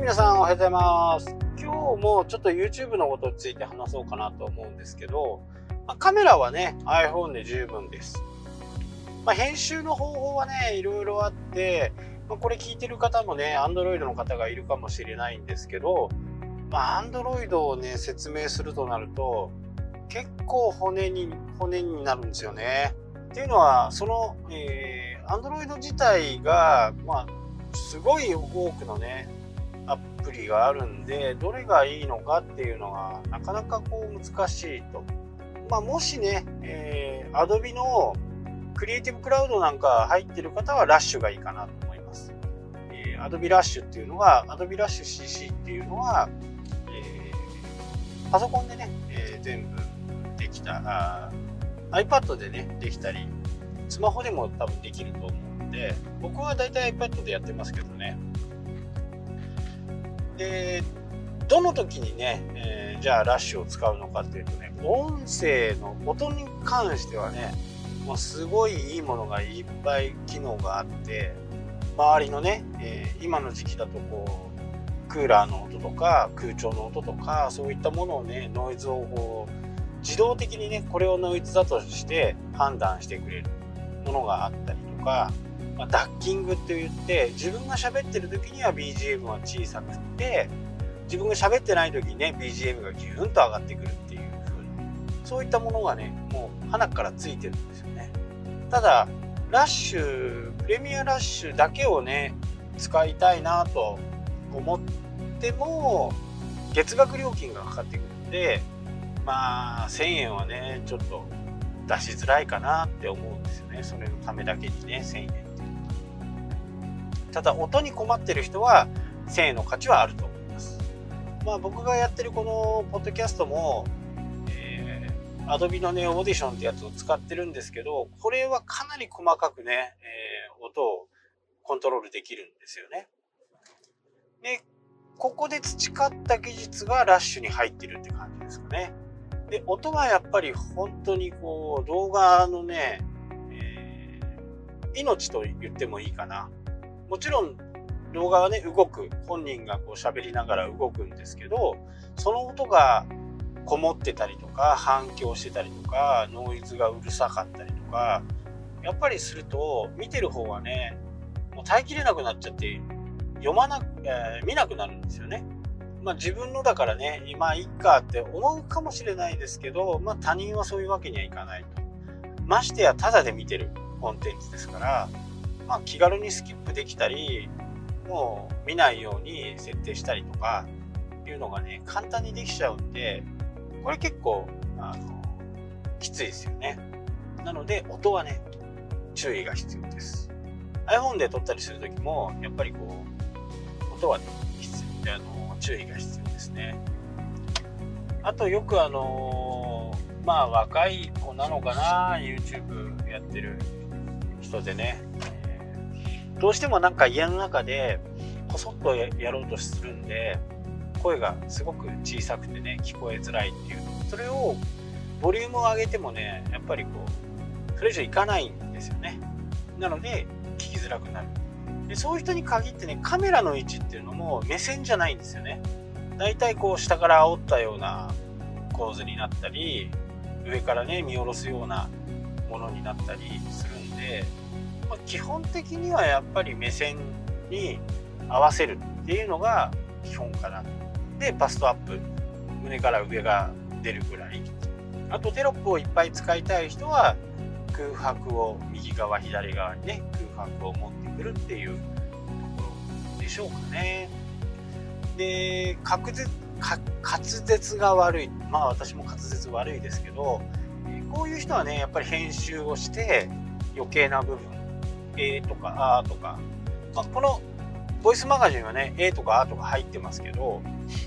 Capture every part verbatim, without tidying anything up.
皆さんおはようございます。今日もちょっと YouTube のことについて話そうかなと思うんですけど、まあ、カメラはね iPhone で十分です。まあ、編集の方法はねいろいろあって、まあ、これ聞いてる方もね Android の方がいるかもしれないんですけど、まあ、Android をね説明するとなると結構骨に骨になるんですよね。っていうのはその、えー、Android 自体がまあすごい多くのねアプリがあるんで、どれがいいのかっていうのがなかなかこう難しいと。まあもしね、えー、Adobe のクリエイティブクラウドなんか入ってる方はラッシュがいいかなと思います。えー、Adobe ラッシュっていうのは Adobe ラッシュ シーシー っていうのは、えー、パソコンでね、えー、全部できたあ iPad でねできたりスマホでも多分できると思うんで、僕はだいたい iPad でやってますけどね。でどの時にね、えー、じゃあラッシュを使うのかっていうとね、音声の音に関してはねもうすごいいいものがいっぱい機能があって、周りのね、えー、今の時期だとこうクーラーの音とか空調の音とかそういったものをねノイズをこう自動的にねこれをノイズだとして判断してくれるものがあったりとか、まあ、ダッキングって言って自分が喋ってる時には ビージーエム は小さくって自分が喋ってない時にね ビージーエム がギューンと上がってくるっていう風なそういったものがねもう鼻からついてるんですよね。ただラッシュプレミアラッシュだけをね使いたいなと思っても月額料金がかかってくるんで、まあせんえんはねちょっと出しづらいかなって思うんですよね。それのためだけにねせんえんっていう。ただ音に困ってる人はせんえんの価値はあると思います。まあ僕がやってるこのポッドキャストも、えー、Adobe のねオーディションってやつを使ってるんですけど、これはかなり細かくね、えー、音をコントロールできるんですよね。でここで培った技術がラッシュに入ってるって感じですかね。で音はやっぱり本当にこう動画のね、えー、命と言ってもいいかな。もちろん動画はね動く、本人がこう喋りながら動くんですけど、その音がこもってたりとか反響してたりとかノイズがうるさかったりとかやっぱりすると見てる方はねもう耐えきれなくなっちゃって読まな、えー、見なくなるんですよね。まあ自分のだからね今いっかって思うかもしれないですけど、まあ他人はそういうわけにはいかないと。ましてやタダで見てるコンテンツですから、まあ気軽にスキップできたりもう見ないように設定したりとかいうのがね簡単にできちゃうんで、これ結構あのきついですよね。なので音はね注意が必要です。 iPhone で撮ったりする時もやっぱりこう音はね必要であの注意が必要ですね。あとよくあのまあ若い子なのかな YouTube やってる人でね、どうしてもなんか家の中でこそっと や, やろうとするんで声がすごく小さくてね聞こえづらいっていう、それをボリュームを上げてもねやっぱりこうそれ以上いかないんですよね。なので聞きづらくなる。でそういう人に限ってねカメラの位置っていうのも目線じゃないんですよね。だいたいこう下から煽ったような構図になったり上からね見下ろすようなものになったりするんで、まあ、基本的にはやっぱり目線に合わせるっていうのが基本かな。でバストアップ胸から上が出るぐらい、あとテロップをいっぱい使いたい人は空白を右側左側にね空白を持ってくるっていうところでしょうかね。で滑舌滑舌が悪い、まあ私も滑舌悪いですけど、こういう人はねやっぱり編集をして余計な部分えーとかあーとか、まあ、このボイスマガジンはね A とかあとか入ってますけど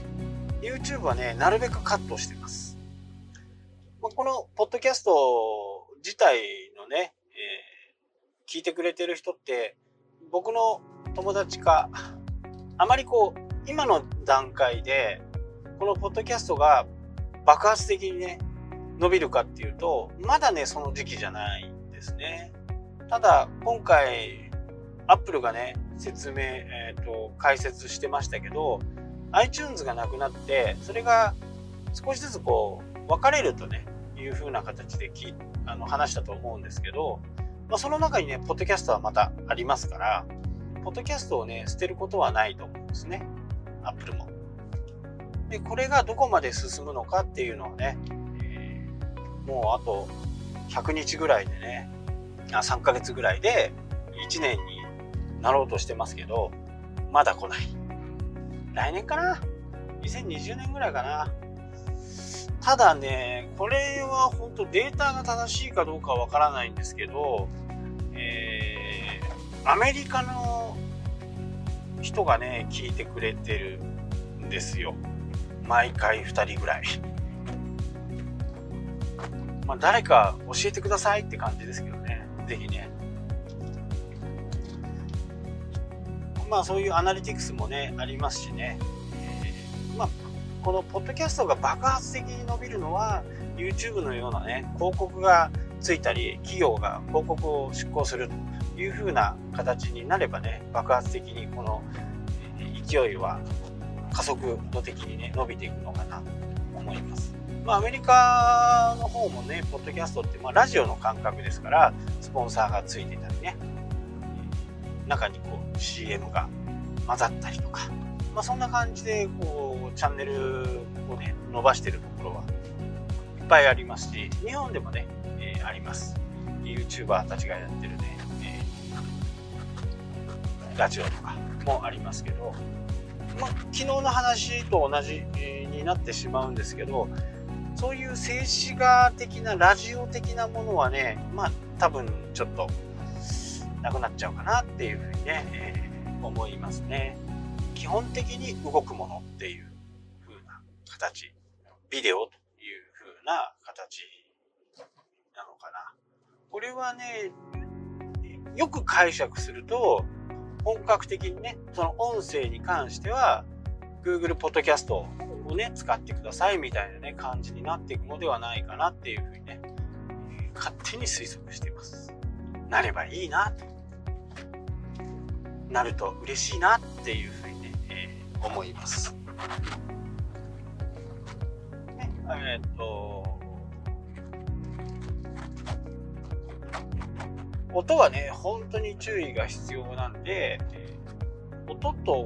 YouTube はねなるべくカットしてます。まあ、このポッドキャスト自体のね、えー、聞いてくれてる人って僕の友達かあまりこう今の段階でこのポッドキャストが爆発的にね伸びるかっていうとまだねその時期じゃないんですね。ただ今回アップルがね説明、えーと、解説してましたけど iTunes がなくなってそれが少しずつこう分かれるとねいう風な形できあの話したと思うんですけど、まあ、その中にねポッドキャストはまたありますから、ポッドキャストをね捨てることはないと思うんですね、Apple も。でこれがどこまで進むのかっていうのはね、えー、もうあとひゃくにちぐらいでね、あさんかげつぐらいでいちねんになろうとしてますけど、まだ来ない。来年かな、にせんにじゅうねんぐらいかな。ただね、これは本当データが正しいかどうかわからないんですけど、えー、アメリカの人がね聞いてくれてるんですよ、毎回ふたりぐらい。まあ誰か教えてくださいって感じですけどね、ぜひね。まあそういうアナリティクスもねありますしね、えー、まあこのポッドキャストが爆発的に伸びるのは YouTube のようなね広告がついたり、企業が広告を出稿するという風な形になればね、爆発的にこの勢いは加速度的にね伸びていくのかなと思います。まあアメリカの方もねポッドキャストってまあラジオの感覚ですから、スポンサーがついてたりね、中にこう シーエム が混ざったりとか、まあそんな感じでこうチャンネルをね伸ばしてるところはいっぱいありますし、日本でもね、えー、あります。 YouTuber たちがやってるね、えー、ラジオとかもありますけど、まあ、昨日の話と同じになってしまうんですけど、そういう静止画的なラジオ的なものはね、まあ多分ちょっとなくなっちゃうかなっていうふうにね、えー、思いますね。基本的に動くものっていう風な形、ビデオという風な形なのかな。これはね、よく解釈すると本格的にね、その音声に関しては Google ポッドキャストをね使ってくださいみたいなね感じになっていくのではないかなっていう風にね、勝手に推測しています。なればいいなと、なると嬉しいなっていう風にね、えー、思います。ね、えー、っと音はね本当に注意が必要なんで、えー、音と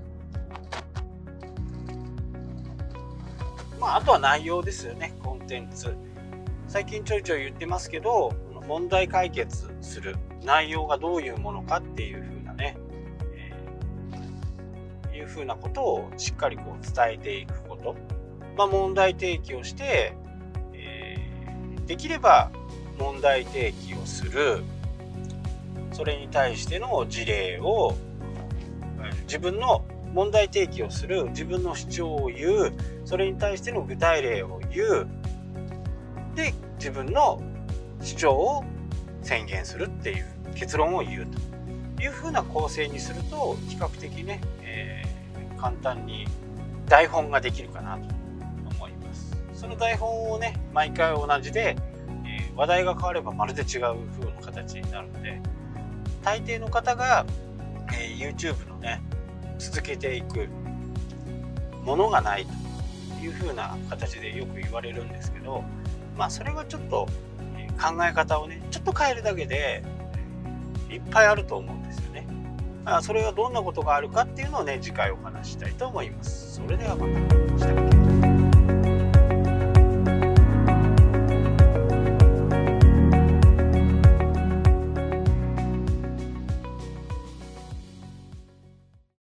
まああとは内容ですよね。コンテンツ、最近ちょいちょい言ってますけど、問題解決する内容がどういうものかっていう風なね、えー、いう風なことをしっかりこう伝えていくこと、まあ、問題提起をして、えー、できれば問題提起をする、それに対しての事例を、自分の問題提起をする、自分の主張を言う、それに対しての具体例を言う、で自分の主張を宣言するっていう、結論を言うという風な構成にすると比較的ね、えー、簡単に台本ができるかなと思います。その台本をね毎回同じで、えー、話題が変わればまるで違う風な形になるので、大抵の方が、えー、YouTube のね続けていくものがないという風な形でよく言われるんですけど、まあそれはちょっと考え方をねちょっと変えるだけでいっぱいあると思うんですよね。それはどんなことがあるかっていうのをね次回お話ししたいと思います。それではまた。したっけ